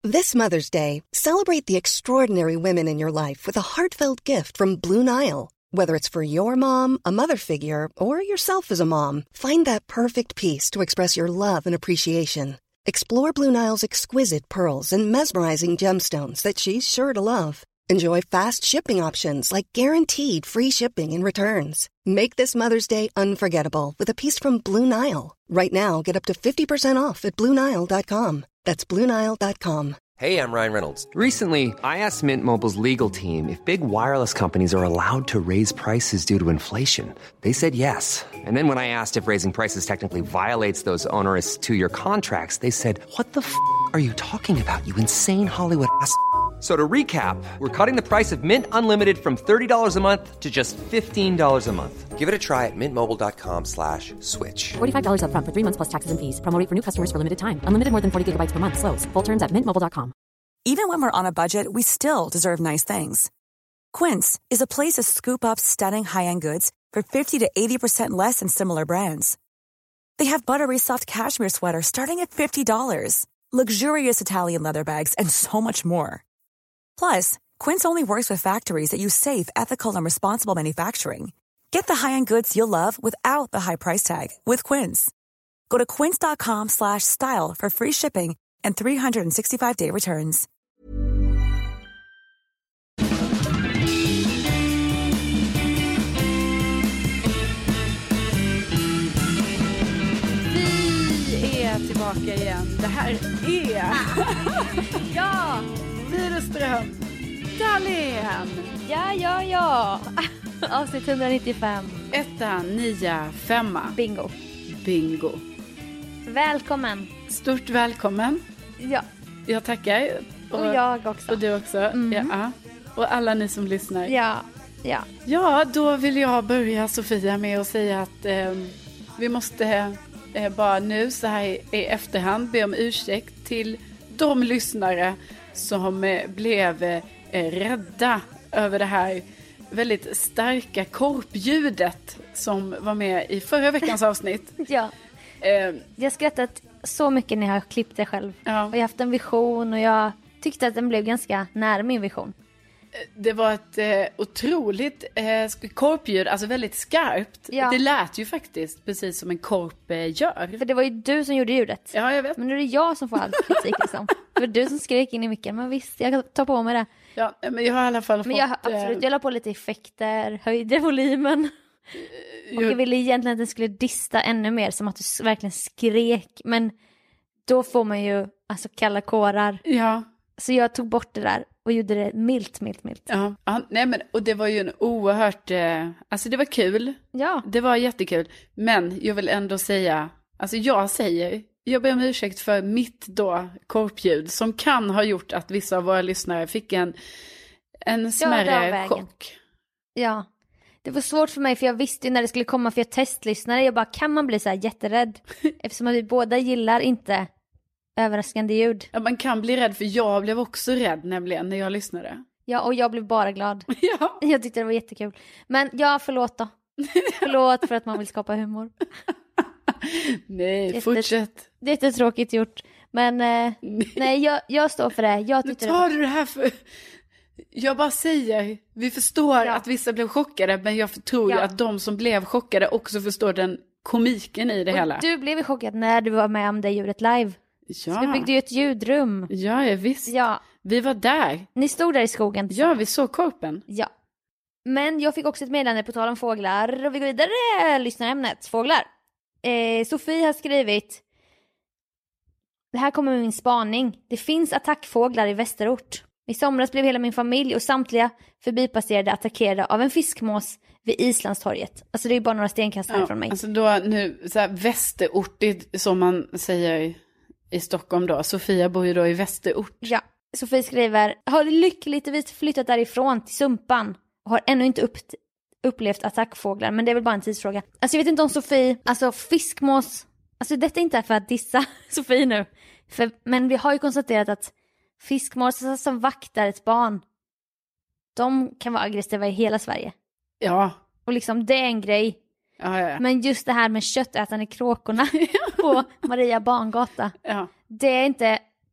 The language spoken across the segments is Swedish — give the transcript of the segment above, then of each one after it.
This Mother's Day, celebrate the extraordinary women in your life with a heartfelt gift from Blue Nile. Whether it's for your mom, a mother figure, or yourself as a mom, find that perfect piece to express your love and appreciation. Explore Blue Nile's exquisite pearls and mesmerizing gemstones that she's sure to love. Enjoy fast shipping options like guaranteed free shipping and returns. Make this Mother's Day unforgettable with a piece from Blue Nile. Right now, get up to 50% off at BlueNile.com. That's BlueNile.com. Hey, I'm Ryan Reynolds. Recently, I asked Mint Mobile's legal team if big wireless companies are allowed to raise prices due to inflation. They said yes. And then when I asked if raising prices technically violates those onerous two-year contracts, they said, "What the f*** are you talking about, you insane Hollywood ass?" So to recap, we're cutting the price of Mint Unlimited from $30 a month to just $15 a month. Give it a try at mintmobile.com/switch. $45 up front for 3 months plus taxes and fees. Promo rate for new customers for limited time. Unlimited more than 40 gigabytes per month. Slows full terms at mintmobile.com. Even when we're on a budget, we still deserve nice things. Quince is a place to scoop up stunning high-end goods for 50 to 80% less than similar brands. They have buttery soft cashmere sweaters starting at $50, luxurious Italian leather bags, and so much more. Plus, Quince only works with factories that use safe, ethical, and responsible manufacturing. Get the high-end goods you'll love without the high price tag with Quince. Go to quince.com/style for free shipping and 365-day returns. Vi är tillbaka igen. Det här är... ja! Widerström Dahlén. Ja. Avsnitt 195. 195. Bingo. Välkommen. Stort välkommen. Ja. Jag tackar. Och jag också. Och du också. Ja. Och alla ni som lyssnar. Ja. Ja, då vill jag börja, Sofia, med att säga att vi måste bara nu så här i efterhand be om ursäkt till de lyssnare som blev rädda över det här väldigt starka korpljudet som var med i förra veckans avsnitt. Ja. Jag har skrattat så mycket när jag har klippt det själv. Ja. Och jag har haft en vision och jag tyckte att den blev ganska nära min vision. Det var ett otroligt korpljud, alltså väldigt skarpt. Ja. Det lät ju faktiskt precis som en korp gör. För det var ju du som gjorde ljudet. Ja, jag vet. Men nu är det jag som får all kritik liksom. Det var du som skrek in i micken, men visst, jag kan ta på mig det. Ja, men jag har i alla fall fått... Jag la på lite effekter, höjde volymen. Och jag ville egentligen att den skulle dista ännu mer, som att du verkligen skrek. Men då får man ju alltså kalla kårar. Ja. Så jag tog bort det där och gjorde det milt. Ja, nej men, och det var ju en oerhört... alltså det var kul. Ja. Det var jättekul. Men jag vill ändå säga... Alltså jag ber om ursäkt för mitt då korpljud som kan ha gjort att vissa av våra lyssnare fick en smärre chock. Ja, det var svårt för mig för jag visste ju när det skulle komma, för jag testlyssnade. Jag bara, kan man bli så här jätterädd? Eftersom att vi båda gillar inte överraskande ljud. Ja, man kan bli rädd, för jag blev också rädd nämligen när jag lyssnade. Ja, och jag blev bara glad. Ja. Jag tyckte det var jättekul. Men ja, förlåt då. Förlåt för att man vill skapa humor. Nej, fortsätt. Det är jättetråkigt gjort. Men nej, jag står för det. Jag tyckte nu tar du det här för... Jag bara säger, vi förstår att vissa blev chockade, men jag tror ju att de som blev chockade också förstår den komiken i det och hela. Du blev chockad när du var med om det ljudet live. Ja. Så vi byggde ju ett ljudrum. Ja, visst. Ja. Vi var där. Ni stod där i skogen. Ja, vi såg korpen. Ja. Men jag fick också ett meddelande på tal om fåglar. Och vi går vidare, lyssnarämnet. Fåglar. Sofie har skrivit: det här kommer med min spaning. Det finns attackfåglar i Västerort. I somras blev hela min familj och samtliga förbipasserade attackerade av en fiskmås vid Islandstorget. Alltså det är bara några stenkast här från mig. Alltså då nu, så här, Västerort, som man säger i Stockholm då. Sofia bor ju då i Västerort. Ja, Sofie skriver: har lyckligtvis flyttat därifrån till Sumpan och har ännu inte upplevt attackfåglar, men det är väl bara en tidsfråga. Alltså jag vet inte om Sofie, alltså fiskmås, alltså detta är inte för att dissa Sofie nu, men vi har ju konstaterat att fiskmåsar som vaktar ett barn, de kan vara aggressiva i hela Sverige. Ja. Och liksom det är en grej. Ja. Men just det här med köttätande kråkorna på Maria Barngata, det är inte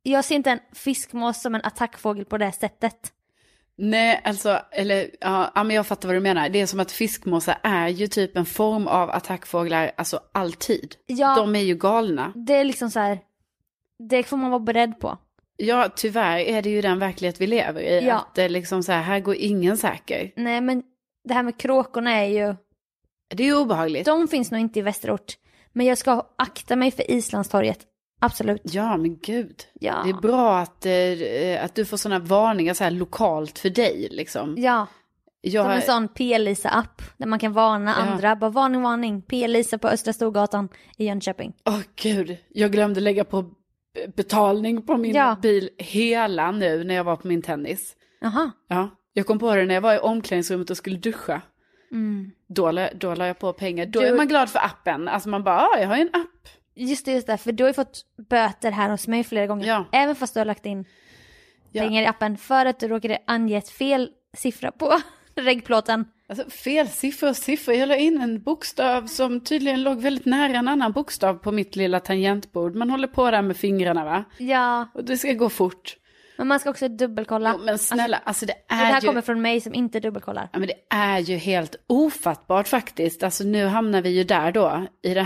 jag ser inte en fiskmås som en attackfågel på det sättet. Nej, alltså, eller ja, men jag fattar vad du menar. Det är som att fiskmåsar är ju typ en form av attackfåglar, alltså alltid. Ja, De är ju galna. det är liksom så här, det får man vara beredd på. Ja, tyvärr är det ju den verklighet vi lever i. Ja. Att det är liksom så här går ingen säker. Nej, men det här med kråkorna är ju, Det är ju obehagligt. de finns nog inte i Västerort. Men jag ska akta mig för Islandstorget. Absolut. Ja, men gud. Ja. Det är bra att du får sådana varningar så här lokalt för dig liksom. Ja, som en sån P-Lisa-app där man kan varna andra. Bara varning, P-Lisa på Östra Storgatan i Jönköping. Åh gud, jag glömde lägga på betalning på min bil hela nu när jag var på min tennis. Jaha. Ja, jag kom på det när jag var i omklädningsrummet och skulle duscha. Då la jag på pengar. Då är man glad för appen. Alltså man bara, jag har ju en app. Just det, för du har ju fått böter här hos mig flera gånger. Ja. Även fast du har lagt in pengar i appen för att du råkade ange ett fel siffra på regplåten. Alltså fel siffror. Jag la in en bokstav som tydligen låg väldigt nära en annan bokstav på mitt lilla tangentbord. Man håller på där med fingrarna, va? Ja. Och det ska gå fort. Men man ska också dubbelkolla. Jo, men snälla, alltså det är det här ju... kommer från mig som inte dubbelkollar. Ja, men det är ju helt ofattbart faktiskt. Alltså nu hamnar vi ju där då. I det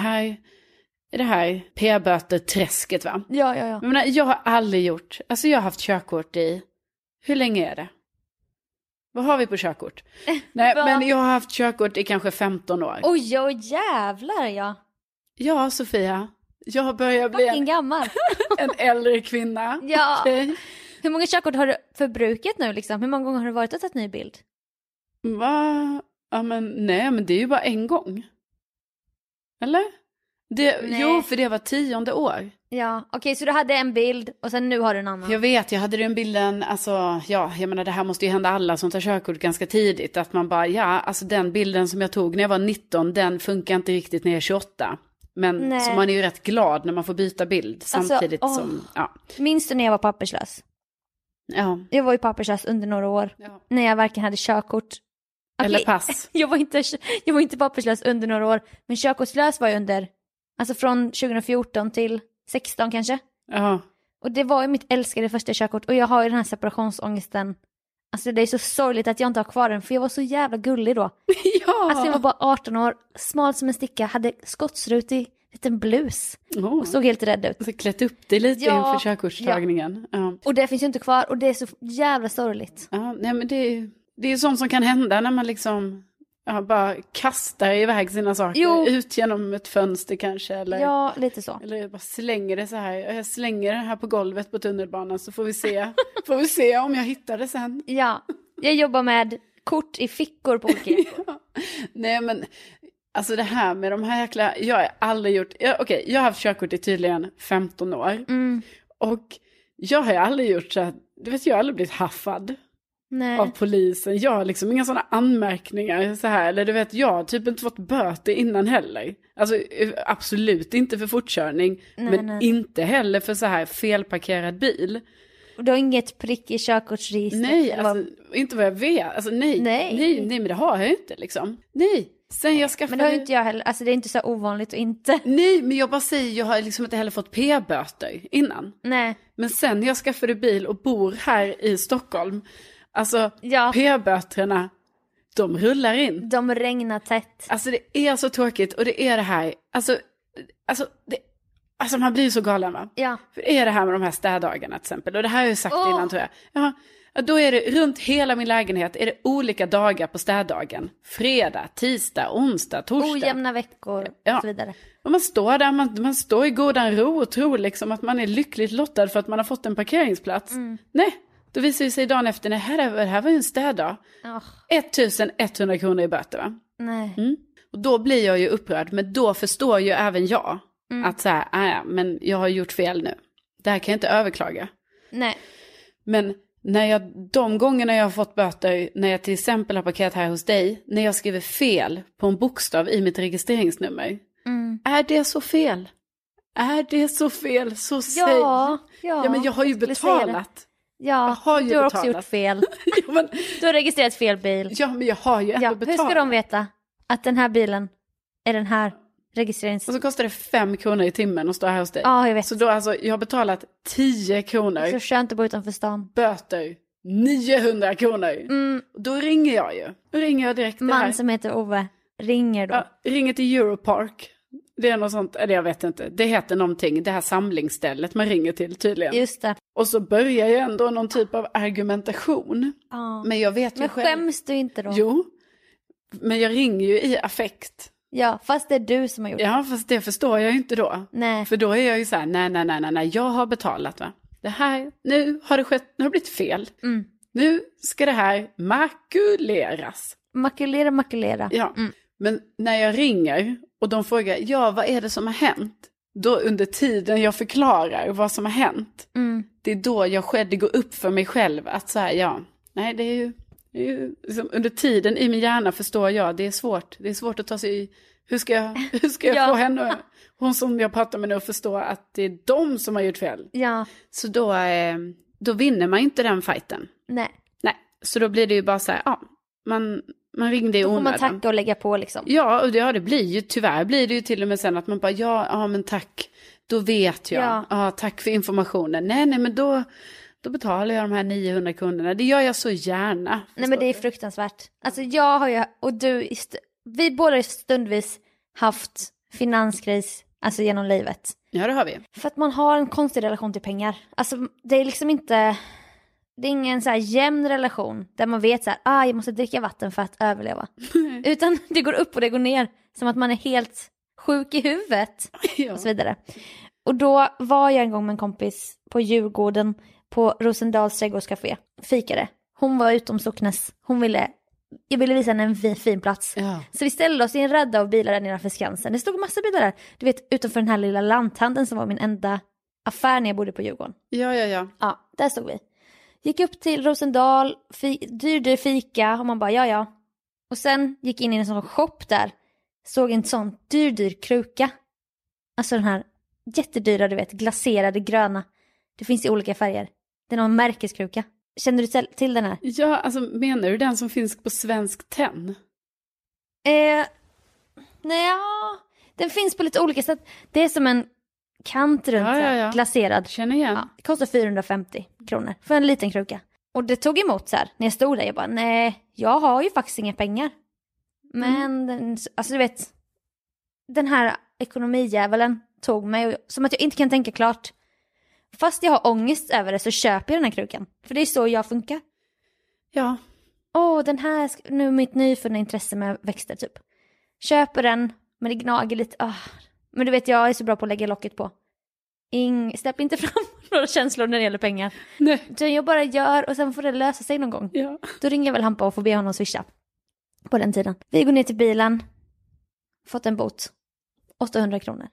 här p-böter-träsket, va? Ja. Jag menar, jag har aldrig gjort... Alltså jag har haft körkort i... Hur länge är det? Vad har vi på körkort? Nej, men jag har haft körkort i kanske 15 år. Oj, jävlar ja. Ja, Sofia. Jag börjar bli gammal. en äldre kvinna. Ja. Okay. Hur många körkort har du förbrukat nu liksom? Hur många gånger har du varit och tagit ny bild? Va? Ja, men det är ju bara en gång. Eller? Jo, för det var 10:e år. Ja, okej, så du hade en bild och sen nu har du en annan. Jag vet, jag hade den bilden, alltså, ja, jag menar det här måste ju hända alla som tar körkort ganska tidigt. Att man bara, alltså den bilden som jag tog när jag var 19, den funkar inte riktigt när jag är 28. Men så man är ju rätt glad när man får byta bild samtidigt som, ja. Minns du när jag var papperslös? Ja. Jag var ju papperslös under några år. Ja. När jag varken hade körkort. Eller pass. Jag var inte papperslös under några år. Men körkortslös var jag under, alltså från 2014 till 16 kanske. Ja. Och det var ju mitt älskade första körkort. Och jag har ju den här separationsångesten. Alltså det är så sorgligt att jag inte har kvar den. För jag var så jävla gullig då. Ja. Alltså jag var bara 18 år. Smal som en sticka. Hade skottsrutig liten blus. Och såg helt rädd ut. Så klätt upp dig lite inför körkortstagningen. Ja. Och det finns ju inte kvar. Och det är så jävla sorgligt. Ja, nej men det är ju sånt som kan hända när man liksom bara kastar iväg sina saker ut genom ett fönster kanske. Eller, ja, lite så. Eller bara slänger det så här. Jag slänger det här på golvet på tunnelbanan så får vi se om jag hittar det sen. Ja, jag jobbar med kort i fickor på olika. Nej men, alltså det här med de här jäkla... Jag har aldrig gjort... Okej, jag har haft körkort i tydligen 15 år. Och jag har aldrig gjort så här... Du vet, jag har aldrig blivit haffad. Nej. Av polisen. Jag har liksom inga sådana anmärkningar så här. Eller du vet, jag har typ inte fått böter innan heller. Alltså absolut inte för fortkörning. Men inte heller för så här felparkerad bil. Och du har inget prick i körkortsregistret? Nej, alltså, inte vad jag vet. Alltså nej, men det har jag inte liksom. Nej. Sen jag skaffade... Men det har inte jag heller. Alltså det är inte så ovanligt och inte. Nej, men jag bara säger, jag har liksom inte heller fått p-böter innan. Nej. Men sen jag skaffade bil och bor här i Stockholm. Alltså p-böterna, de rullar in. De regnar tätt. Alltså det är så tråkigt och det är det här. Alltså man blir så galen, va? Ja. För det är det här med de här städdagarna till exempel. Och det här har jag ju sagt innan tror jag. Ja. Då är det runt hela min lägenhet är det olika dagar på städdagen. Fredag, tisdag, onsdag, torsdag. Ojämna veckor och så vidare. Och man står där, man står i godan ro och tror liksom att man är lyckligt lottad för att man har fått en parkeringsplats. Nej, då visar det sig dagen efter, nej, det här var ju en städdag. 1100 kronor i böter, va? Nej. Och då blir jag ju upprörd, men då förstår ju även jag att så här, men jag har gjort fel nu. Det här kan jag inte överklaga. Nej. Men de gångerna jag har fått böter, när jag till exempel har parkerat här hos dig, när jag skriver fel på en bokstav i mitt registreringsnummer. Är det så fel? Är det så fel? Så säg. Ja, men jag har ju betalat. Ja, du har också gjort fel. Du har registrerat fel bil. Ja, men jag har ju ändå betalat. Hur ska de veta att den här bilen är den här registrerings... Och så kostar det 5 kronor i timmen att stå här hos dig. Ja, jag vet. Så då alltså, jag har betalat 10 kronor. Så skönt att bo utanför stan. Böter 900 kronor. Då ringer jag ju. Då ringer jag direkt det här. Man som heter Ove ringer då. Ja, ringer till Europark. Det är något sånt, eller jag vet inte. Det heter någonting, det här samlingsstället man ringer till tydligen. Just det. Och så börjar ju ändå någon typ av argumentation. Ja. Men jag vet ju Men själv. skäms du inte då? Jo, men jag ringer ju i affekt. Ja, fast det är du som har gjort det. Ja, fast det förstår jag ju inte då. Nej. För då är jag ju så här, nej, jag har betalat va. Det här, nu har det skett, nu har det blivit fel. Nu ska det här makuleras. Makulera. Ja, men när jag ringer och de frågar, ja vad är det som har hänt? Då under tiden jag förklarar vad som har hänt. Det är då det går upp för mig själv att så här, ja, nej det är ju liksom, under tiden i min hjärna förstår jag, det är svårt att ta sig i, hur ska jag få henne, hon som jag pratar med nu, att förstå att det är de som har gjort fel. Ja. Så då vinner man inte den fighten. Nej. Så då blir det ju bara så här, ja, man ringde i onödan. Då får man tacka och lägga på liksom. Ja, och det blir ju, tyvärr blir det ju till och med sen att man bara, ja men tack, då vet jag. Ja, tack för informationen. Nej, men då betalar jag de här 900 kronorna. Det gör jag så gärna. Nej, men det är fruktansvärt. Alltså jag har ju, och du, vi båda har stundvis haft finanskris, alltså genom livet. Ja, det har vi. För att man har en konstig relation till pengar. Alltså det är liksom inte, det är ingen så här jämn relation där man vet så här, jag måste dricka vatten för att överleva. Utan det går upp och det går ner. Som att man är helt sjuk i huvudet. Ja. Och så vidare. Och då var jag en gång med en kompis på Djurgården på Rosendals trädgårdscafé. Fikade. Hon var utom socknes. Jag ville visa henne en fin plats. Ja. Så vi ställde oss i en radda av bilar där nedanför Skansen. Det stod massa bilar där. Du vet, utanför den här lilla lanthandeln som var min enda affär när jag bodde på Djurgården. Ja. Ja, där stod vi. Gick upp till Rosendal, dyr fika och man bara ja. Och sen gick in i en sån shop där. Såg en sån dyr kruka. Alltså den här jättedyra, du vet, glaserade gröna. Det finns i olika färger. Det är någon märkeskruka. Känner du till den här? Ja, alltså menar du den som finns på Svensk Tenn? Nej, den finns på lite olika sätt. Det är som en kant runt glaserad. Känner igen. Ja, det kostar 450 kronor för en liten kruka. Och det tog emot så här. När jag stod där, jag bara, nej, jag har ju faktiskt inga pengar. Men, alltså du vet, den här ekonomijävelen tog mig. Som att jag inte kan tänka klart. Fast jag har ångest över det så köper jag den här krukan. För det är så jag funkar. Ja. Den här, nu mitt nyfunna intresse med växter typ. Köper den, men det gnager lite. Men du vet, jag är så bra på att lägga locket på. Släpp inte fram några känslor när det gäller pengar. Nej. Utan jag bara gör och sen får det lösa sig någon gång. Ja. Då ringer jag väl Hampa och får be honom swisha. På den tiden. Vi går ner till bilen. Fått en bot. 800 kronor.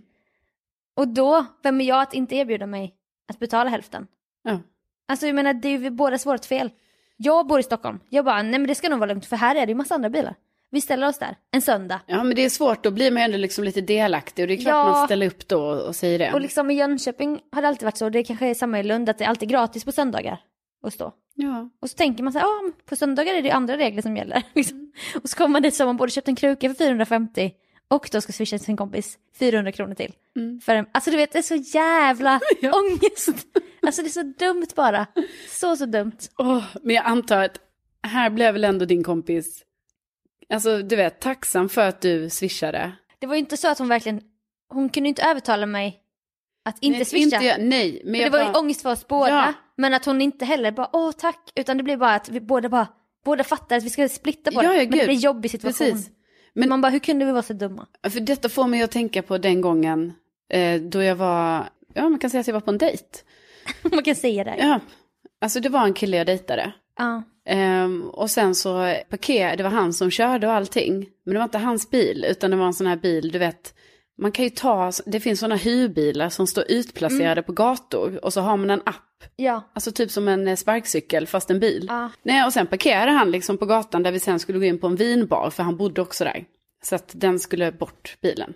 Och då, vem är jag att inte erbjuda mig att betala hälften? Ja. Alltså jag menar, det är ju båda vårt fel. Jag bor i Stockholm. Jag bara, nej men det ska nog vara lugnt. För här är det ju massa andra bilar. Vi ställer oss där, en söndag. Ja, men det är svårt, då blir man ändå liksom lite delaktig. Och det är klart man ställer upp då och säger det. Och liksom i Jönköping har det alltid varit så. Det kanske är samma i Lund, att det är alltid gratis på söndagar att stå. Ja. Och så tänker man så här, på söndagar är det andra regler som gäller. Och så kommer man dit så man både köpt en kruka för 450 och då ska swisha sin kompis 400 kronor till. Alltså du vet, det är så jävla ångest. Alltså det är så dumt bara. Så dumt. Men jag antar att här blev väl ändå din kompis, alltså du vet, tacksam för att du swishade. Det var ju inte så att hon kunde inte övertala mig att inte swisha. Nej, men det var ju ångest för oss båda. Ja. Men att hon inte heller bara, tack. Utan det blir bara att vi båda fattar att vi ska splitta på det. Men det blir en jobbig situation. Precis. Men man bara, hur kunde vi vara så dumma? För detta får mig att tänka på den gången då jag var, man kan säga att jag var på en dejt. Man kan säga det. Ja, alltså det var en kille jag dejtade. Ja. Och sen så det var han som körde och allting. Men det var inte hans bil, utan det var en sån här bil, du vet. Man kan ju det finns såna hyrbilar som står utplacerade på gator. Och så har man en app. Ja. Alltså typ som en sparkcykel fast en bil. Ja. Nej, och sen parkerade han liksom på gatan där vi sen skulle gå in på en vinbar. För han bodde också där. Så att den skulle bort, bilen.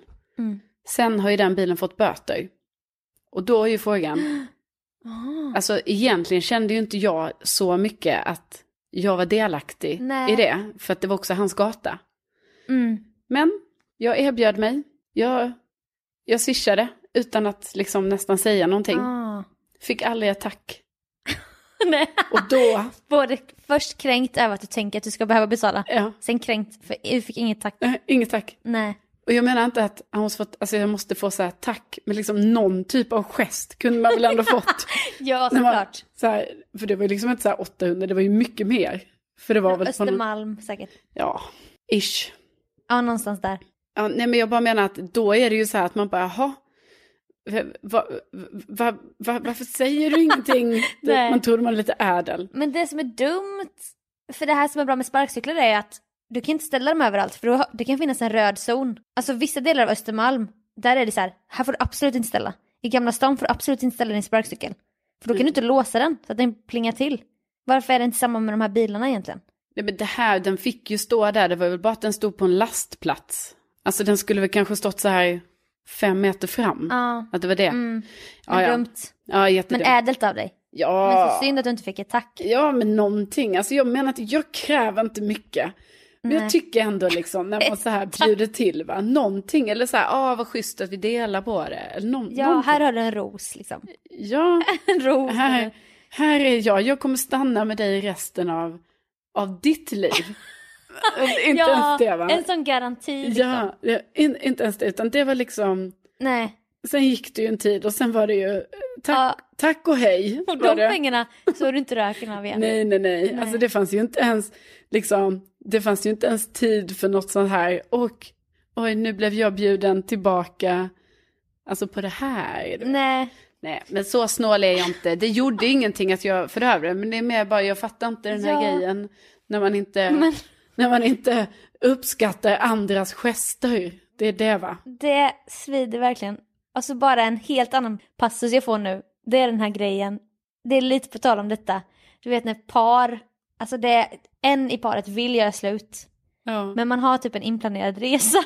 Sen har ju den bilen fått böter. Och då är ju frågan. Alltså egentligen kände ju inte jag så mycket att jag var delaktig i det. För att det var också hans gata. Men jag erbjöd mig. Jag swishade utan att liksom nästan säga någonting. Ah. Fick aldrig ett tack. Nej. Och då... Både först kränkt över att du tänker att du ska behöva betala. Ja. Sen kränkt för du fick inget tack. Inget tack. Nej. Och jag menar inte att jag måste få så här tack, men liksom någon typ av gest kunde man väl ändå fått. Ja, såklart. Så här, för det var ju liksom inte så här 800, det var ju mycket mer. För det var väl Östermalm säkert. Ja, ish. Ja, någonstans där. Ja, nej, men jag bara menar att då är det ju så här att man bara, jaha, varför säger du ingenting? Man trodde man är lite ädel. Men det som är dumt, för det här som är bra med sparkcyklar är att du kan inte ställa dem överallt, för det kan finnas en röd zon. Alltså vissa delar av Östermalm, där är det så här får du absolut inte ställa. I Gamla stan får du absolut inte ställa din sparkcykel. För då kan du inte låsa den så att den plingar till. Varför är det inte samma med de här bilarna egentligen? Nej, men den fick ju stå där, det var väl bara att den stod på en lastplats. Alltså den skulle väl kanske stått så här 5 meter fram. Ja. Att det var det. Men dumt. Ja, jättedumt. Men ädelt av dig. Ja. Men så synd att du inte fick ett tack. Ja, men någonting. Alltså jag menar att jag kräver inte mycket. Men jag tycker ändå liksom när man så här bjuder till, va? Någonting. Eller så här, vad schysst att vi delar på det. Eller någonting. Här har du en ros liksom. Ja. En ros. Här är jag. Jag kommer stanna med dig resten av ditt liv. Inte ens det, va? En sån garanti liksom. Ja, inte ens det. Utan det var liksom... Nej. Sen gick det ju en tid och sen var det ju tack och hej. Och de pengarna så är du inte röken av igen. Nej. Alltså det fanns ju inte ens liksom, det fanns ju inte ens tid för något sånt här. Och oj, nu blev jag bjuden tillbaka alltså på det här. Nej, men så snål är jag inte. Det gjorde ingenting att jag förövade det, men det är mer bara jag fattar inte den här grejen när man inte uppskattar andras gester. Det är det, va? Det svider verkligen. Alltså bara en helt annan passus jag får nu. Det är den här grejen. Det är lite på tal om detta. Du vet när alltså en i paret vill göra slut. Ja. Men man har typ en inplanerad resa.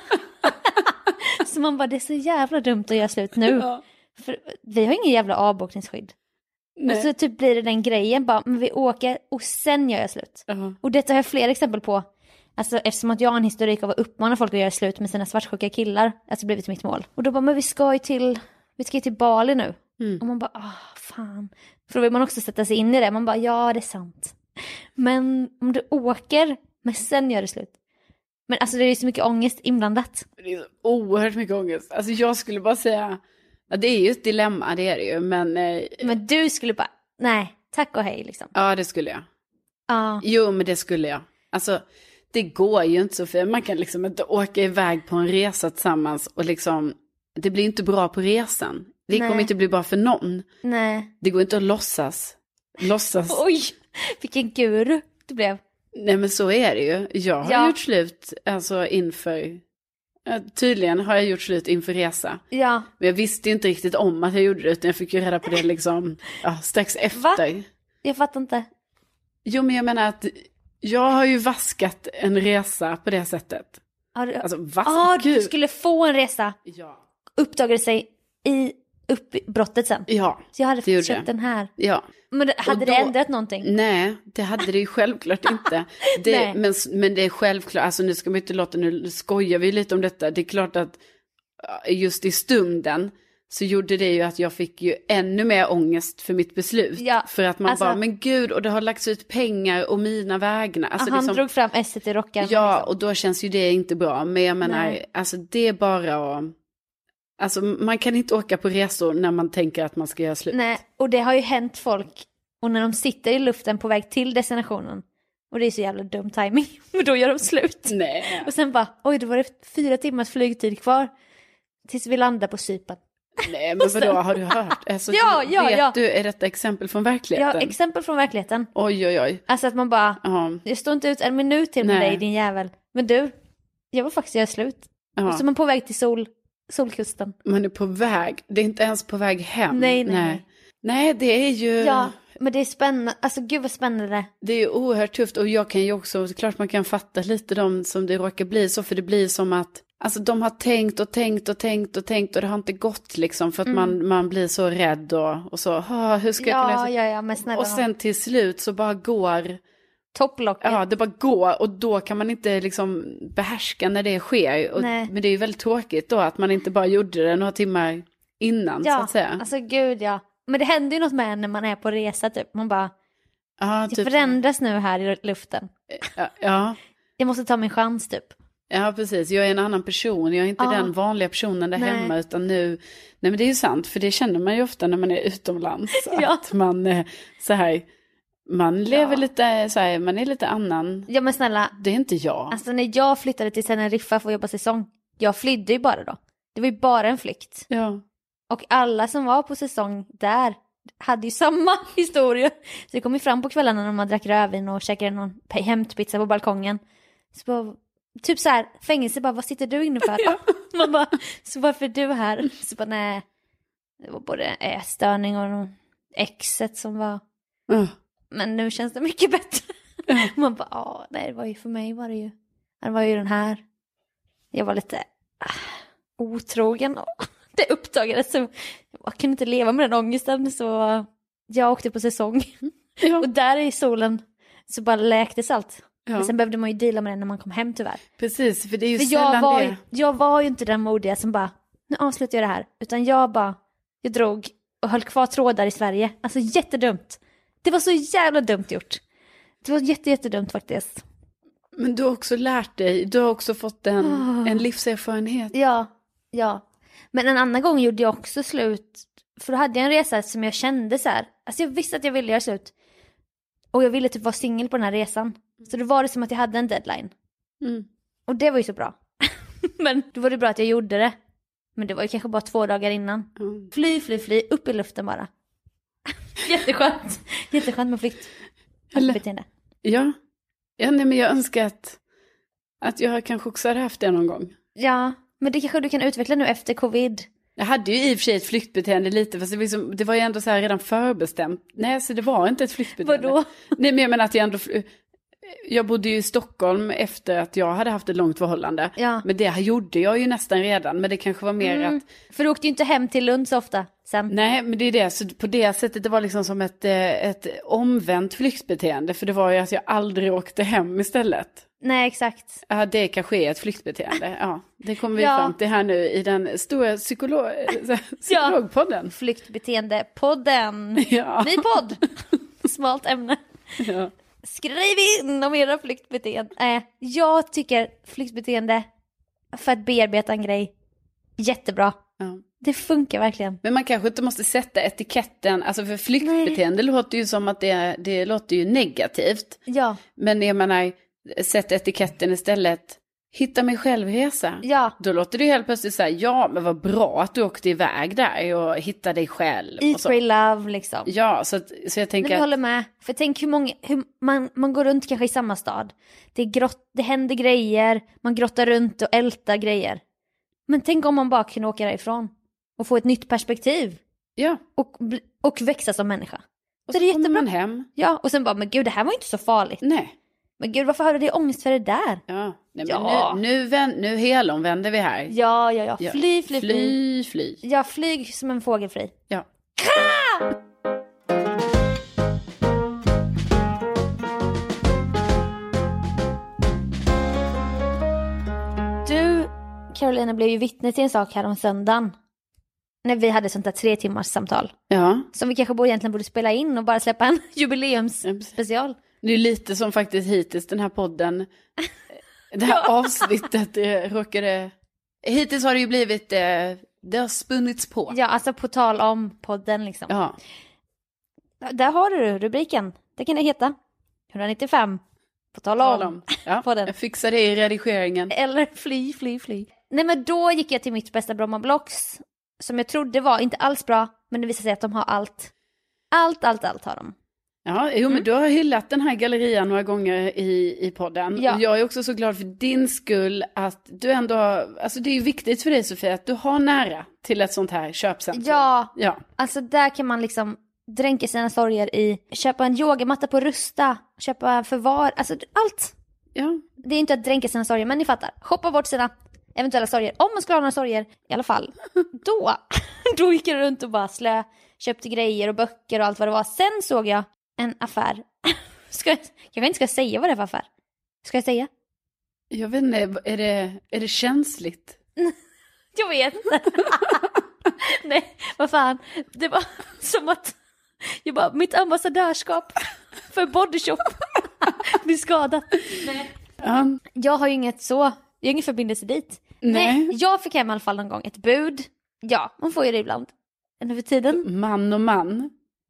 Så man bara, det är så jävla dumt att göra slut nu. Ja. För vi har ingen jävla avbokningsskydd. Nej. Och så typ blir det den grejen bara, men vi åker och sen gör jag slut. Och detta har jag flera exempel på. Alltså eftersom att jag har en historik av att uppmana folk att göra slut med sina svartsjuka killar. Alltså blivit mitt mål. Och då bara, men vi ska ju till Bali nu. Och man bara, fan. För då vill man också sätta sig in i det. Man bara, ja det är sant. Men om du åker, men sen gör det slut. Men alltså det är ju så mycket ångest inblandat. Det är så oerhört mycket ångest. Alltså jag skulle bara säga, det är ju ett dilemma, det är det ju. Men du skulle bara, nej, tack och hej liksom. Ja, det skulle jag. Jo, men det skulle jag. Alltså... Det går ju inte så, för man kan liksom inte åka iväg på en resa tillsammans och liksom, det blir inte bra på resan. Det kommer inte bli bra för någon. Nej. Det går inte att låtsas. Oj, vilken guru det blev. Nej, men så är det ju. Jag har gjort slut alltså tydligen har jag gjort slut inför resa. Ja. Men jag visste inte riktigt om att jag gjorde det, utan jag fick ju reda på det liksom strax efter. Va? Jag fattar inte. Jo, men jag menar att jag har ju vaskat en resa på det sättet. Du skulle få en resa. Ja. Uppdagade sig i uppbrottet sen. Ja. Så jag hade köpt den här. Ja. Men hade det ändrat någonting? Nej, det hade det ju självklart inte. Men det är självklart, alltså nu ska man inte nu skojar vi lite om detta. Det är klart att just i stunden så gjorde det ju att jag fick ju ännu mer ångest för mitt beslut. Ja, för att man bara, men gud, och det har lagts ut pengar och mina vägnar. Alltså han drog fram esset i rocken. Ja, liksom. Och då känns ju det inte bra. Men jag menar, alltså det är bara att... Alltså man kan inte åka på resor när man tänker att man ska göra slut. Nej, och det har ju hänt folk. Och när de sitter i luften på väg till destinationen. Och det är så jävla dum timing. Men då gör de slut. Nej. Och sen bara, oj, då var det 4 timmars flygtid kvar. Tills vi landar på Cypern. Nej, men vadå, har du hört? Alltså, vet du, är detta exempel från verkligheten? Ja, exempel från verkligheten. Oj. Alltså att man bara, jag står inte ut en minut till med dig, din jävel. Men du, jag var faktiskt göra slut. Och så är man på väg till solkusten. Man är på väg, det är inte ens på väg hem. Nej, det är ju... Ja, men det är spännande, alltså gud vad spännande. Det är ju oerhört tufft, och jag kan ju också, klart man kan fatta lite de som det råkar bli så, för det blir som att alltså de har tänkt och det har inte gått liksom, för att man blir så rädd och så, hur ska jag kunna... Ja, men snälla. Och sen till slut så bara går topplocket. Ja, det bara går och då kan man inte liksom behärska när det sker. Och, men det är ju väldigt tråkigt då att man inte bara gjorde det några timmar innan så att säga. Alltså gud ja. Men det händer ju något med en när man är på resa typ. Man bara, det typ förändras nu här i luften. Ja. Jag måste ta min chans typ. Ja, precis. Jag är en annan person. Jag är inte den vanliga personen där hemma utan nu... Nej, men det är ju sant. För det känner man ju ofta när man är utomlands. Att man så här... Man lever lite så här, man är lite annan. Ja men snälla. Det är inte jag. Alltså när jag flyttade till Teneriffa för att jobba säsong. Jag flydde ju bara då. Det var ju bara en flykt. Ja. Och alla som var på säsong där hade ju samma historia. Så det kom ju fram på kvällarna när man drack rödvin och käkade någon hämtpizza på balkongen. Så bara, typ så här, fängelse bara, vad sitter du inne för? Man bara, så varför är du här? Så bara, nej. Det var både ätstörning och exet som var... Men nu känns det mycket bättre. Man bara, nej, det var ju för mig var det ju. Det var ju den här. Jag var lite otrogen och det uppdagades. Så jag kunde inte leva med den ångesten så jag åkte på säsong. Ja. Och där i solen så bara läktes allt. Ja. Men sen behövde man ju deala med det när man kom hem tyvärr. Precis, för det är ju för sällan jag var ju inte den modiga som bara, nu avslutar jag det här. Utan jag drog och höll kvar trådar i Sverige. Alltså jättedumt. Det var så jävla dumt gjort. Det var jättedumt faktiskt. Men du har också lärt dig. Du har också fått en livserfarenhet. Ja. Men en annan gång gjorde jag också slut. För då hade jag en resa som jag kände så här. Alltså jag visste att jag ville göra slut. Och jag ville typ vara singel på den här resan. Så då var det som att jag hade en deadline. Och det var ju så bra. Men då var det bra att jag gjorde det. Men det var ju kanske bara 2 dagar innan. Fly, upp i luften bara. Jätteskönt med flyktbeteende. Ja, nej, men jag önskar att jag kanske också hade haft det någon gång. Ja, men det kanske du kan utveckla nu efter covid. Jag hade ju i och för sig ett flyktbeteende lite, fast det var ju ändå så här redan förbestämt. Nej, så det var inte ett flyktbeteende. Vadå? Nej, men jag menar att jag bodde ju i Stockholm efter att jag hade haft ett långt förhållande. Ja. Men det gjorde jag ju nästan redan. Men det kanske var mer att... För du åkte ju inte hem till Lund så ofta sen. Nej, men det är det. Så på det sättet det var liksom som ett omvänt flyktbeteende. För det var ju att jag aldrig åkte hem istället. Nej, exakt. Ja, det kanske är ett flyktbeteende. Ja, det kommer vi fram till här nu i den stora psykologpodden. Flyktbeteendepodden. Ja. Ny podd. Smalt ämne. Ja. Skriv in om era flyktbeteende. Jag tycker flyktbeteende för att bearbeta en grej jättebra. Ja. Det funkar verkligen. Men man kanske inte måste sätta etiketten. Alltså för flyktbeteende låter ju som att det låter ju negativt. Ja. Men jag menar, sätt etiketten istället. Hitta mig själv-resa. Ja. Då låter det ju helt plötsligt så här, ja men vad bra att du åkte iväg där och hittade dig själv. Eat, free, love liksom. Ja, så jag tänker jag håller med. För tänk hur man går runt kanske i samma stad. Det händer grejer, man grottar runt och ältar grejer. Men tänk om man bara kunde åka därifrån och få ett nytt perspektiv. Ja. Och växa som människa. Och så kommer man hem. Ja, och sen bara, men gud det här var inte så farligt. Nej. Men gud, varför hade det ångest för det där? Ja, nej, men nu helomvänder vi här. Ja. Fly. Ja, flyg som en fågelfri. Ja. Du, Carolina, blev ju vittne till en sak här om söndagen. När vi hade sånt där 3 timmars samtal. Ja. Som vi kanske egentligen borde spela in och bara släppa en jubileumsspecial. Det är lite som faktiskt hittills den här podden, det här avsnittet råkade... Hittills har det ju blivit, det har spunnits på. Ja, alltså på tal om podden liksom. Ja. Där har du rubriken. Det kan det heta. 195. På tal om. Ja, podden. Jag fixar det i redigeringen. Eller fly. Nej, men då gick jag till mitt bästa Bromma-blocks. Som jag trodde var inte alls bra. Men det visade sig att de har allt. Allt har de. Ja, men du har hyllat den här gallerian några gånger i podden. Ja. Och jag är också så glad för din skull att du ändå har, alltså det är ju viktigt för dig Sofia att du har nära till ett sånt här köpcentrum. Ja, alltså där kan man liksom dränka sina sorger i, köpa en yogamatta på Rusta, köpa förvar, alltså allt. Ja. Det är inte att dränka sina sorger, men ni fattar. Shoppa bort sina eventuella sorger, om man skulle ha några sorger i alla fall. Då gick jag runt och bara köpte grejer och böcker och allt vad det var. Sen såg jag en affär Jag inte ska säga vad det var för. Ska jag säga? Jag vet inte, är det känsligt? Jag vet inte. Nej, vad fan. Det var som att mitt ambassadörskap för Body Shop blir skadat. Nej. Jag har ju jag har ingen förbindelse dit. Nej, jag fick hem i alla fall någon gång ett bud. Ja, man får ju det ibland. Ännu för tiden. Man och man.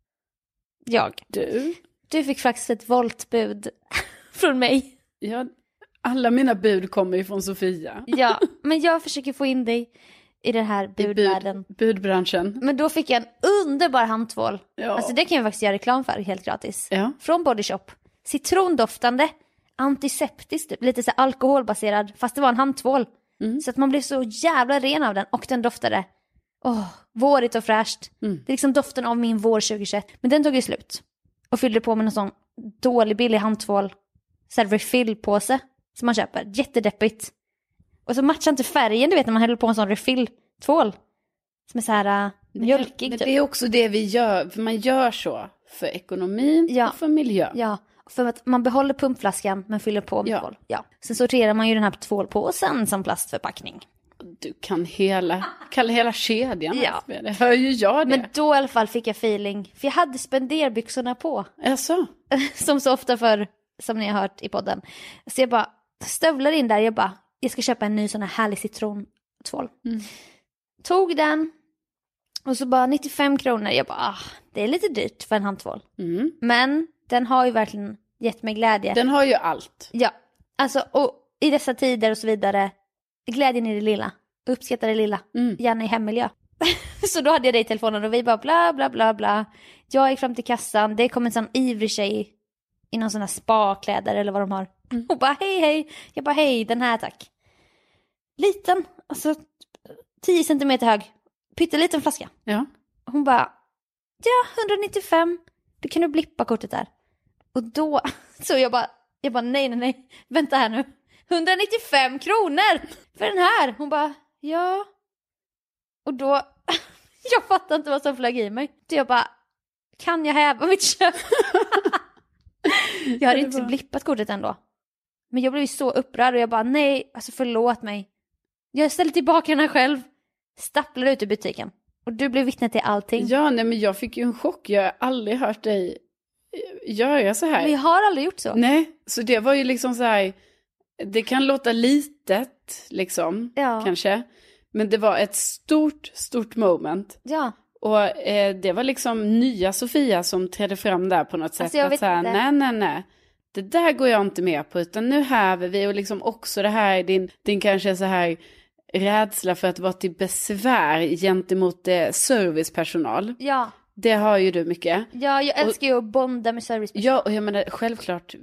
Du fick faktiskt ett voltbud från mig. Ja, alla mina bud kommer ju från Sofia. Ja, men jag försöker få in dig i den här budvärlden. Budbranschen. Men då fick jag en underbar handtvål. Ja. Alltså det kan jag faktiskt göra reklam för helt gratis. Ja. Från Body Shop. Citrondoftande, antiseptisk, lite så alkoholbaserad, fast det var en handtvål. Så att man blev så jävla ren av den. Och den doftade vårigt och fräscht. Det är liksom doften av min vår 2021. Men den tog ju slut. Och fyllde på med någon sån dålig billig handtvål. Så här refill-påse som man köper. Jättedeppigt. Och så matchar inte färgen, du vet, när man häller på en sån refill-tvål. Som är så här mjölkig. Men det är också det vi gör. För man gör så för ekonomin och för miljön. Ja, för att man behåller pumpflaskan men fyller på med tvål. Ja. Sen sorterar man ju den här tvålpåsen som plastförpackning. Du kan hela kedjan. Ja. Det hör ju jag det. Men då i alla fall fick jag feeling. För jag hade spenderbyxorna på. Alltså. Som så ofta för, som ni har hört i podden. Så jag bara stövlar in där. Jag ska köpa en ny sån här härlig citrontvål. Tog den. Och så bara 95 kronor. Jag bara, det är lite dyrt för en handtvål. Men den har ju verkligen gett mig glädje. Den har ju allt. Ja, alltså och i dessa tider och så vidare. Glädjen i det lilla. Uppskatta det lilla. Gärna i hemmiljö. Så då hade jag det i telefonen och vi bara bla bla bla bla. Jag gick fram till kassan. Det kom en sån ivrig tjej i någon sån här spa-kläder eller vad de har. Och bara hej. Jag bara hej, den här tack. Liten, alltså 10 centimeter hög. Pytteliten flaska. Ja. Hon bara, 195. Du kan du blippa kortet där. Och då, så jag bara nej. Vänta här nu. 195 kronor för den här. Hon bara, ja. Och då, jag fattar inte vad som flög i mig. Så jag bara, kan jag häva mitt köp? Jag hade inte blippat kortet ändå. Men jag blev ju så upprörd och jag bara, nej, alltså förlåt mig. Jag ställde tillbaka den här själv. Stapplade ut i butiken. Och du blev vittne till allting. Ja, nej men jag fick ju en chock. Jag har aldrig hört dig göra så här. Men jag har aldrig gjort så. Nej, så det var ju liksom så här. Det kan låta litet liksom, kanske. Men det var ett stort moment. Ja. Och det var liksom nya Sofia som trädde fram där på något sätt. Alltså jag vet så här, inte. Nej. Det där går jag inte med på. Utan nu häver vi och liksom också det här, din kanske så här rädsla för att vara till besvär gentemot servicepersonal. Ja. Det har ju du mycket. Ja, jag älskar ju att bonda med servicepersonal. Ja, och jag menar självklart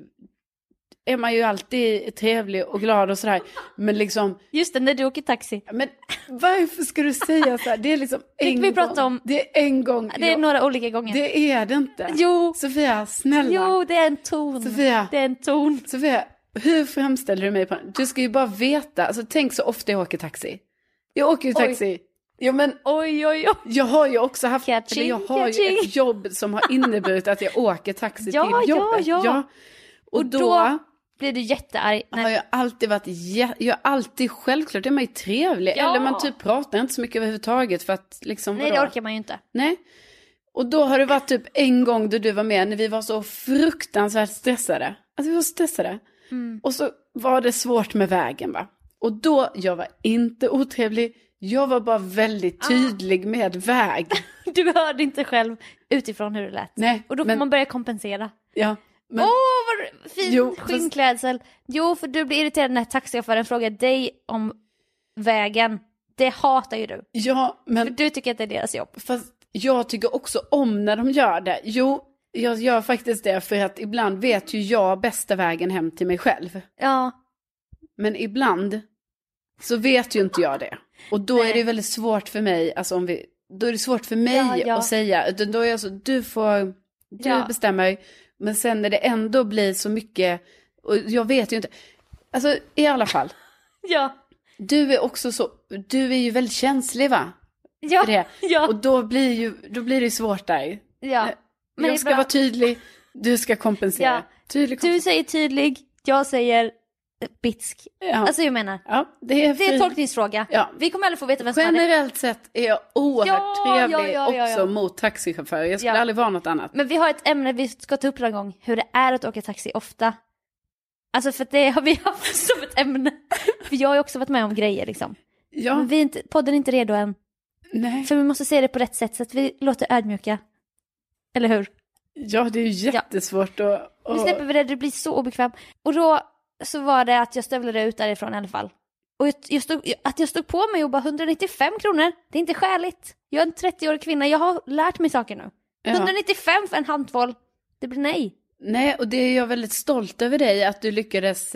är man ju alltid trevlig och glad och sådär. Men liksom... Just det, när du åker taxi. Men varför ska du säga så här? Det är liksom vi prata om... Det är en gång. Det är några olika gånger. Det är det inte. Jo. Sofia, snälla. Jo, det är en ton. Sofia. Det är en ton. Sofia, hur framställer du mig på den? Du ska ju bara veta. Alltså tänk så ofta jag åker taxi. Jag åker ju taxi. Ja, men oj. Jag har ju också haft... Catching. Jag har ju ett jobb som har inneburit att jag åker taxi till jobbet. Ja. Och då blir du jättearg. Har jag alltid varit... Jag har alltid, självklart är man ju trevlig. Ja. Eller man typ pratar inte så mycket överhuvudtaget för att liksom... Nej, det orkar man ju inte. Nej. Och då har det varit typ en gång då du var med när vi var så fruktansvärt stressade. Alltså vi var stressade. Och så var det svårt med vägen, va? Och då, jag var inte otrevlig. Jag var bara väldigt tydlig med väg. Du hörde inte själv utifrån hur det lät. Nej. Och då får man börja kompensera. Ja. Men... vad fin skinnklädsel. Jo, för du blir irriterad när taxichauffören frågar dig om vägen. Det hatar ju du. Ja, men... För du tycker att det är deras jobb. Fast jag tycker också om när de gör det. Jo, jag gör faktiskt det för att ibland vet ju jag bästa vägen hem till mig själv. Ja. Men ibland så vet ju inte jag det. Och då är det väldigt svårt för mig, alltså då är det svårt för mig att säga. Då är jag så, du bestämmer. Men sen när det ändå blir så mycket, och jag vet ju inte. Alltså i alla fall. Ja. Du är också så, du är ju väldigt känslig, va? Ja. För det. Ja. Och då blir det svårt där. Ja. Men jag ska vara tydlig. Du ska kompensera. Ja. Du säger tydlig, jag säger bitsk. Ja. Alltså jag menar. Ja, det är en tolkningsfråga. Ja. Vi kommer aldrig få veta vem som generellt sett är jag oerhört trevlig också mot taxichaufförer. Jag skulle aldrig vara något annat. Men vi har ett ämne vi ska ta upp någon gång. Hur det är att åka taxi ofta. Alltså för det har vi haft som ett ämne. För jag har ju också varit med om grejer liksom. Ja. Men podden är inte redo än. Nej. För vi måste se det på rätt sätt så att vi låter ödmjuka. Eller hur? Ja, det är ju jättesvårt att... Nu släpper vi det blir så obekvämt. Och då så var det att jag stövlade ut därifrån i alla fall. Och jag stod på mig och bara 195 kronor. Det är inte skäligt. Jag är en 30-årig kvinna. Jag har lärt mig saker nu. 195 för en handtvål. Det blir nej. Nej, och det är jag väldigt stolt över dig. Att du lyckades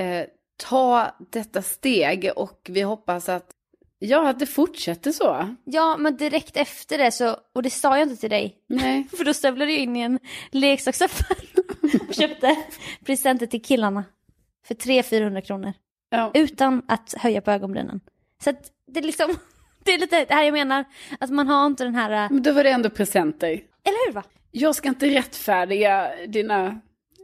ta detta steg. Och vi hoppas att det fortsätter så. Ja, men direkt efter det så... Och det sa jag inte till dig. Nej. För då stövlade jag in i en leksaksaffär. Och köpte presenter till killarna. För 300-400 kronor. Ja. Utan att höja på ögonbrynen. Så att det är liksom... Det är lite det här jag menar. Att man har inte den här... Men då var det ändå presenter. Eller hur va? Jag ska inte rättfärdiga dina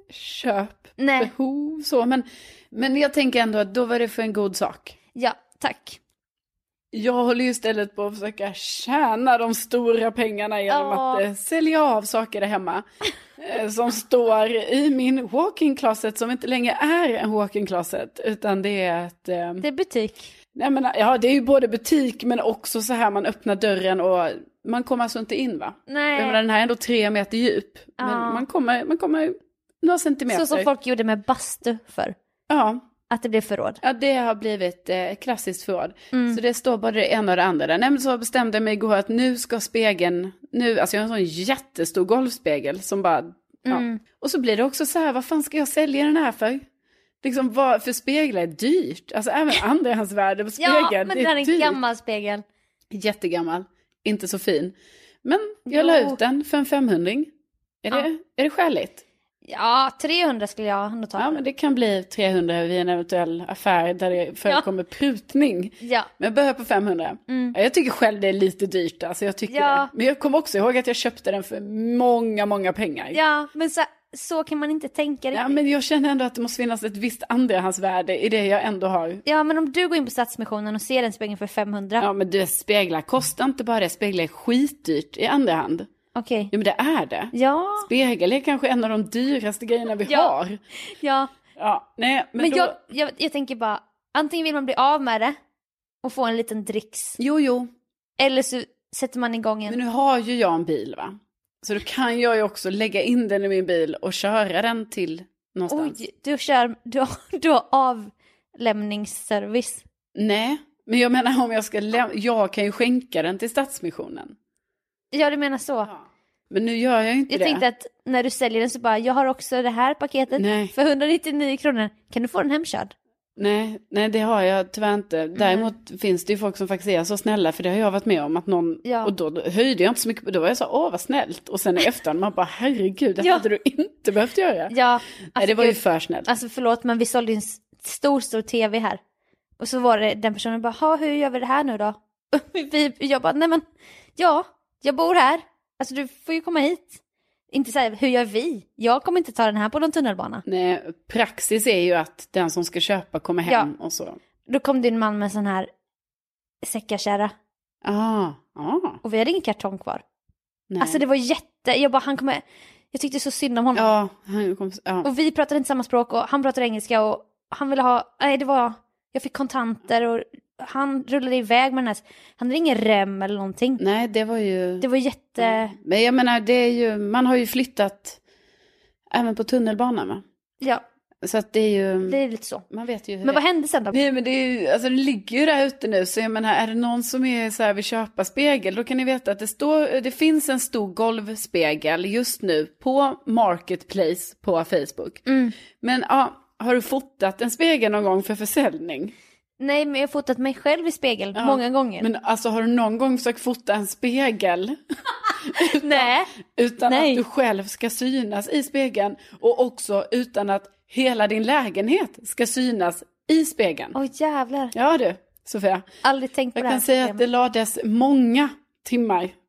köpbehov. Så, men jag tänker ändå att då var det för en god sak. Ja, tack. Jag håller ju istället på att försöka tjäna de stora pengarna genom att sälja av saker där hemma. Som står i min walk-in closet som inte längre är en walk-in closet. Utan det är ett... Det är butik. Nej, men, ja, det är ju både butik men också så här man öppnar dörren och man kommer alltså inte in va? Nej. Jag menar, den här är ändå 3 meter djup. Men man kommer några centimeter. Så som folk gjorde med bastu för. Ja. Att det blev förråd. Ja, det har blivit klassiskt förråd. Så det står både det ena och det andra där. Nej, så bestämde jag mig igår att nu ska spegeln... Alltså jag har en sån jättestor golvspegel som bara... Ja. Och så blir det också så här, vad fan ska jag sälja den här för? Liksom, för speglar är dyrt. Alltså även andrahandsvärde på spegeln. Ja, men det är en gammal spegel. Jättegammal. Inte så fin. Men jag la ut den för en 500. Är det skäligt? Ja, 300 skulle jag ändå ta. Ja, men det kan bli 300 vid en eventuell affär där det förekommer prutning. Ja. Men jag börjar på 500. Ja, jag tycker själv det är lite dyrt. Alltså jag tycker det. Men jag kommer också ihåg att jag köpte den för många, många pengar. Ja, men så kan man inte tänka riktigt. Ja, men jag känner ändå att det måste finnas ett visst andrahandsvärde i det jag ändå har. Ja, men om du går in på Stadsmissionen och ser en spegel för 500. Ja, men det speglar kostar inte bara det. Speglar är skitdyrt i andra hand. Okej. Ja, men det är det. Ja. Spegel är kanske en av de dyraste grejerna vi har. Ja. Ja, nej. Men då... jag tänker bara, antingen vill man bli av med det och få en liten dricks. Jo. Eller så sätter man igång en... Men nu har ju jag en bil va? Så då kan jag ju också lägga in den i min bil och köra den till någonstans. Oj, du har avlämningsservice. Nej, men jag menar om jag kan ju skänka den till Stadsmissionen. Ja, du menar så. Ja. Men nu gör jag inte det. Jag tänkte att när du säljer den så bara, jag har också det här paketet för 199 kronor. Kan du få den hemkörd? Nej, det har jag tyvärr inte. Däremot finns det ju folk som faktiskt är så snälla, för det har jag varit med om att någon, och då höjde jag inte så mycket, då var jag så, vad snällt. Och sen efterhand man bara, herregud, det hade du inte behövt göra. Ja. Alltså, nej, det var ju för snällt. Alltså förlåt, men vi sålde en stor tv här. Och så var det den personen bara, hur gör vi det här nu då? Jag bara, nej men, jag bor här. Alltså du får ju komma hit. Inte så här, hur gör vi? Jag kommer inte ta den här på någon tunnelbana. Nej, praxis är ju att den som ska köpa kommer hem och så. Då kom din man med sån här säckakärra. Och vi hade ingen kartong kvar. Nej. Alltså det var jag tyckte så synd om honom. Och vi pratade inte samma språk och han pratade engelska och han ville ha, jag fick kontanter och han rullade iväg med den här. Han hade ingen rem eller någonting. Nej, det var jätte... Men jag menar, det är ju, man har ju flyttat även på tunnelbanan va? Ja. Så att det är ju... Det är lite så. Man vet ju hur men vad hände sen då? Nej, men det är ju, alltså det ligger ju där ute nu. Så jag menar, är det någon som är så här vill köpa spegel, då kan ni veta att det finns en stor golvspegel just nu på Marketplace på Facebook. Men har du fotat en spegel någon gång för försäljning? Nej, men jag har fotat mig själv i spegel många gånger. Men alltså, har du någon gång försökt fota en spegel? utan att du själv ska synas i spegeln. Och också utan att hela din lägenhet ska synas i spegeln. Oj, jävlar. Ja du, Sofia. Aldrig tänkt på det här. Jag kan säga att det lades många timmar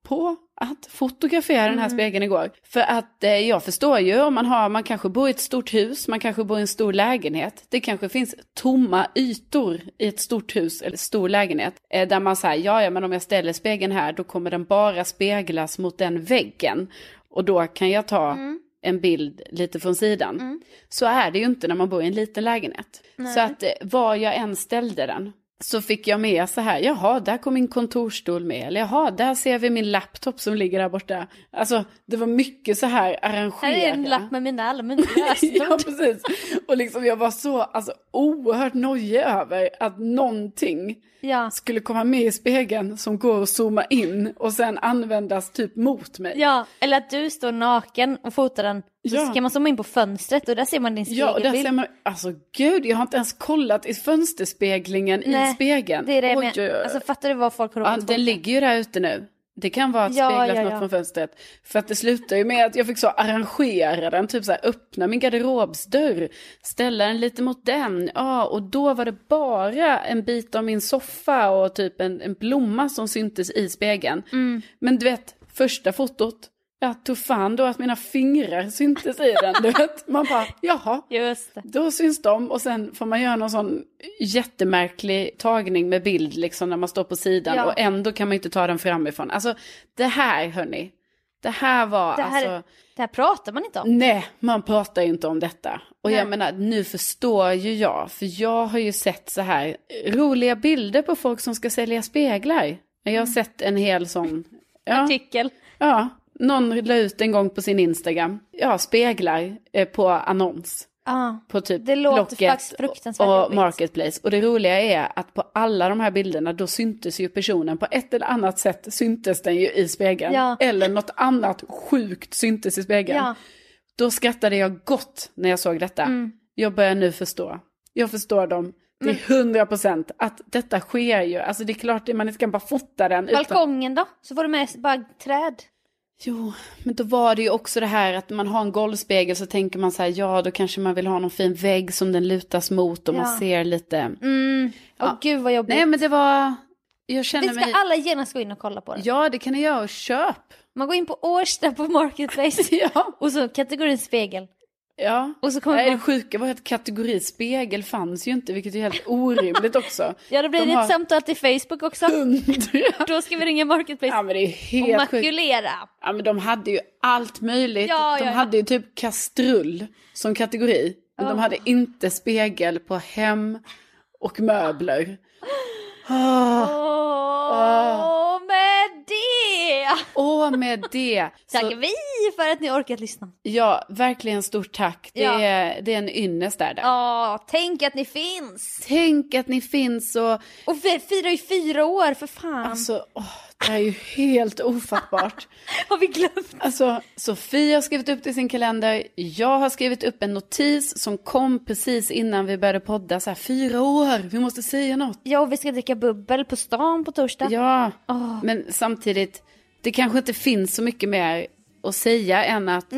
på att fotografera den här spegeln igår. För att jag förstår ju om man kanske bor i ett stort hus, man kanske bor i en stor lägenhet. Det kanske finns tomma ytor i ett stort hus eller stor lägenhet. Där man säger, ja men om jag ställer spegeln här då kommer den bara speglas mot den väggen. Och då kan jag ta en bild lite från sidan. Så är det ju inte när man bor i en liten lägenhet. Nej. Så att var jag än ställde den så fick jag med så här, jaha, där kom min kontorstol med. Eller jaha, där ser vi min laptop som ligger där borta. Alltså, det var mycket så här arrangerat. Här är en lapp med alla mina ja, precis. Och liksom jag var så oerhört nojig över att någonting skulle komma med i spegeln som går att zooma in och sen användas typ mot mig. Ja, eller att du står naken och fotar den. Så kan man zooma in på fönstret och där ser man din spegelbild. Ja, där ser man, alltså gud, jag har inte ens kollat i fönsterspeglingen i spegeln. Det är det med. Alltså fattar du vad folk har råkat den ligger ju där ute nu. Det kan vara att speglas något från fönstret. För att det slutar ju med att jag fick så arrangera den. Typ så här, öppna min garderobsdörr. Ställa den lite mot den. Ja, och då var det bara en bit av min soffa och typ en blomma som syntes i spegeln. Men du vet, första fotot. Jag tog fan då att mina fingrar syntes i den, du vet. Man bara, jaha, just det. Då syns de. Och sen får man göra någon sån jättemärklig tagning med bild liksom när man står på sidan. Ja. Och ändå kan man inte ta den framifrån. Alltså, det här, hörni. Det här var Det här pratar man inte om. Nej, man pratar ju inte om detta. Och jag menar, nu förstår ju jag. För jag har ju sett så här roliga bilder på folk som ska sälja speglar. Jag har sett en hel sån artikel. Ja. Någon la ut en gång på sin Instagram. Ja, speglar på annons. På typ det låter Blocket faktiskt fruktansvärt och Marketplace. Och det roliga är att på alla de här bilderna då syntes ju personen. På ett eller annat sätt syntes den ju i spegeln. Ja. Eller något annat sjukt syntes i spegeln. Ja. Då skrattade jag gott när jag såg detta. Jag börjar nu förstå. Jag förstår dem. Det är 100% att detta sker ju. Alltså det är klart att man inte kan bara fota den. Balkongen då? Så får du med bara träd. Jo, men då var det ju också det här att man har en golvspegel så tänker man så här, ja då kanske man vill ha någon fin vägg som den lutas mot och man ser lite. Gud vad jobbigt. Nej men det var, jag känner mig. Det ska alla genast gå in och kolla på det. Ja det kan ni göra och köp. Man går in på Årsta på Marketplace och så kategorin spegel. Ja, och så kommer det sjuka var att kategori spegel fanns ju inte, vilket är helt orimligt också. Ja, då blir det ett samtal till Facebook också. 100. Då ska vi ringa Marketplace. Ja, men det är helt och makulera. Ja, men de hade ju allt möjligt. De hade ju typ kastrull som kategori. Men de hade inte spegel på hem och möbler. Med det. Tack vi för att ni orkat lyssna. Ja, verkligen stort tack. Det är en ynnest där. Tänk att ni finns. Tänk att ni finns. Och vi firar ju 4 år, för fan. Alltså, det är ju helt ofattbart. Har vi glömt? Alltså, Sofia har skrivit upp det i sin kalender. Jag har skrivit upp en notis som kom precis innan vi började podda. Så här, 4 år, vi måste säga något. Ja, och vi ska dricka bubbel på stan på torsdag. Ja, men samtidigt, det kanske inte finns så mycket mer att säga än att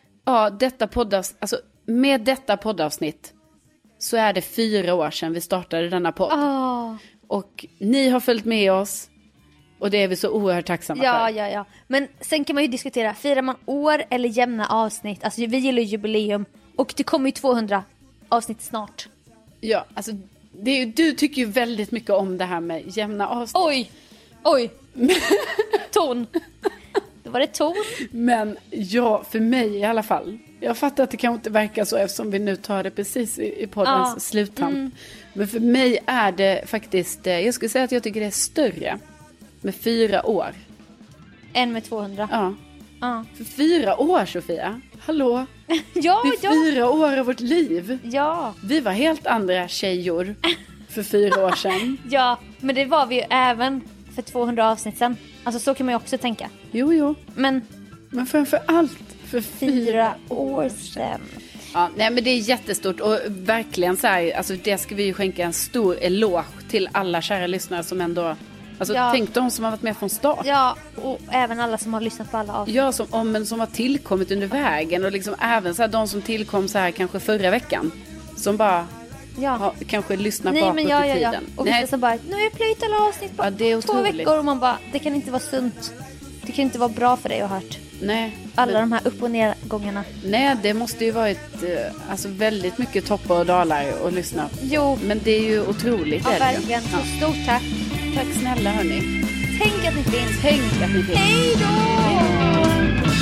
med detta poddavsnitt så är det 4 år sedan vi startade denna podd. Och ni har följt med oss och det är vi så oerhört tacksamma för. Ja. Men sen kan man ju diskutera, firar man år eller jämna avsnitt? Alltså vi gillar jubileum och det kommer ju 200 avsnitt snart. Ja, alltså du tycker ju väldigt mycket om det här med jämna avsnitt. Oj. Ton. Då var det ton. Men för mig i alla fall. Jag fattar att det kanske inte verkar så eftersom vi nu tar det precis i poddens sluttamp. Men för mig är det faktiskt, jag skulle säga att jag tycker det är större med 4 år. Än med 200. Ja. För 4 år, Sofia. Hallå. Det är 4 år av vårt liv. Ja. Vi var helt andra tjejor för 4 år sedan. Ja, men det var vi ju även för 200 avsnitt sedan. Alltså så kan man ju också tänka. Jo. Men framför allt för 4 år sedan. Ja, nej men det är jättestort och verkligen så här, alltså det ska vi ju skänka en stor eloge till alla kära lyssnare som ändå, alltså tänk de som har varit med från start. Ja, och även alla som har lyssnat på alla avsnitt. Ja, som har tillkommit under vägen och liksom även så här, de som tillkom så här kanske förra veckan som bara kanske lyssnar bakåt i tiden. Ja. Och vissa som bara, nu har jag plöjt alla avsnitt på 2 veckor och man bara, det kan inte vara sunt. Det kan ju inte vara bra för dig att ha hört. Nej. Alla de här upp- och nedgångarna. Nej, det måste ju varit alltså väldigt mycket toppar och dalar att lyssna. Jo. Men det är ju otroligt. Ja, är det ju. verkligen. Så stort tack. Tack snälla hörni. Tänk att ni finns. Tänk att ni finns. Hej då!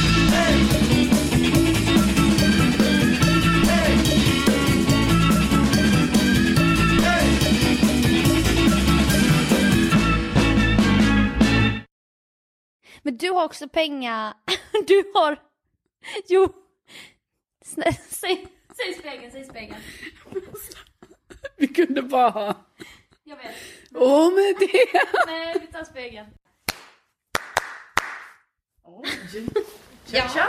Men du har också pengar. Du har... Jo. Säg spegeln. Vi kunde bara ha... Jag vet. med det. Nej, vi tar spegeln. Tja.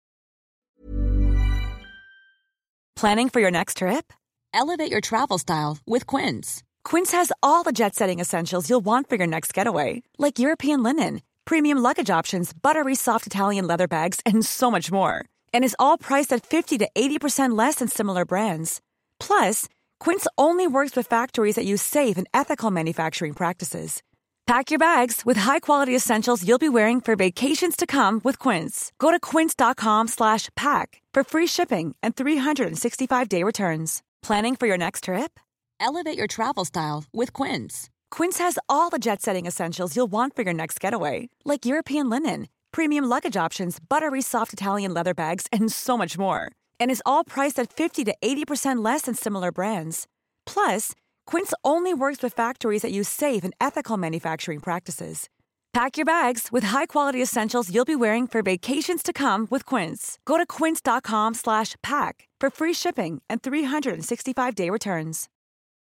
Planning for your next trip? Elevate your travel style with Quince. Quince has all the jet-setting essentials you'll want for your next getaway, like European linen, premium luggage options, buttery soft Italian leather bags, and so much more. And is all priced at 50 to 80% less than similar brands. Plus, Quince only works with factories that use safe and ethical manufacturing practices. Pack your bags with high-quality essentials you'll be wearing for vacations to come with Quince. Go to quince.com/pack for free shipping and 365-day returns. Planning for your next trip? Elevate your travel style with Quince. Quince has all the jet-setting essentials you'll want for your next getaway, like European linen, premium luggage options, buttery soft Italian leather bags, and so much more. And is all priced at 50 to 80% less than similar brands. Plus, Quince only works with factories that use safe and ethical manufacturing practices. Pack your bags with high-quality essentials you'll be wearing for vacations to come with Quince. Go to quince.com/pack for free shipping and 365-day returns.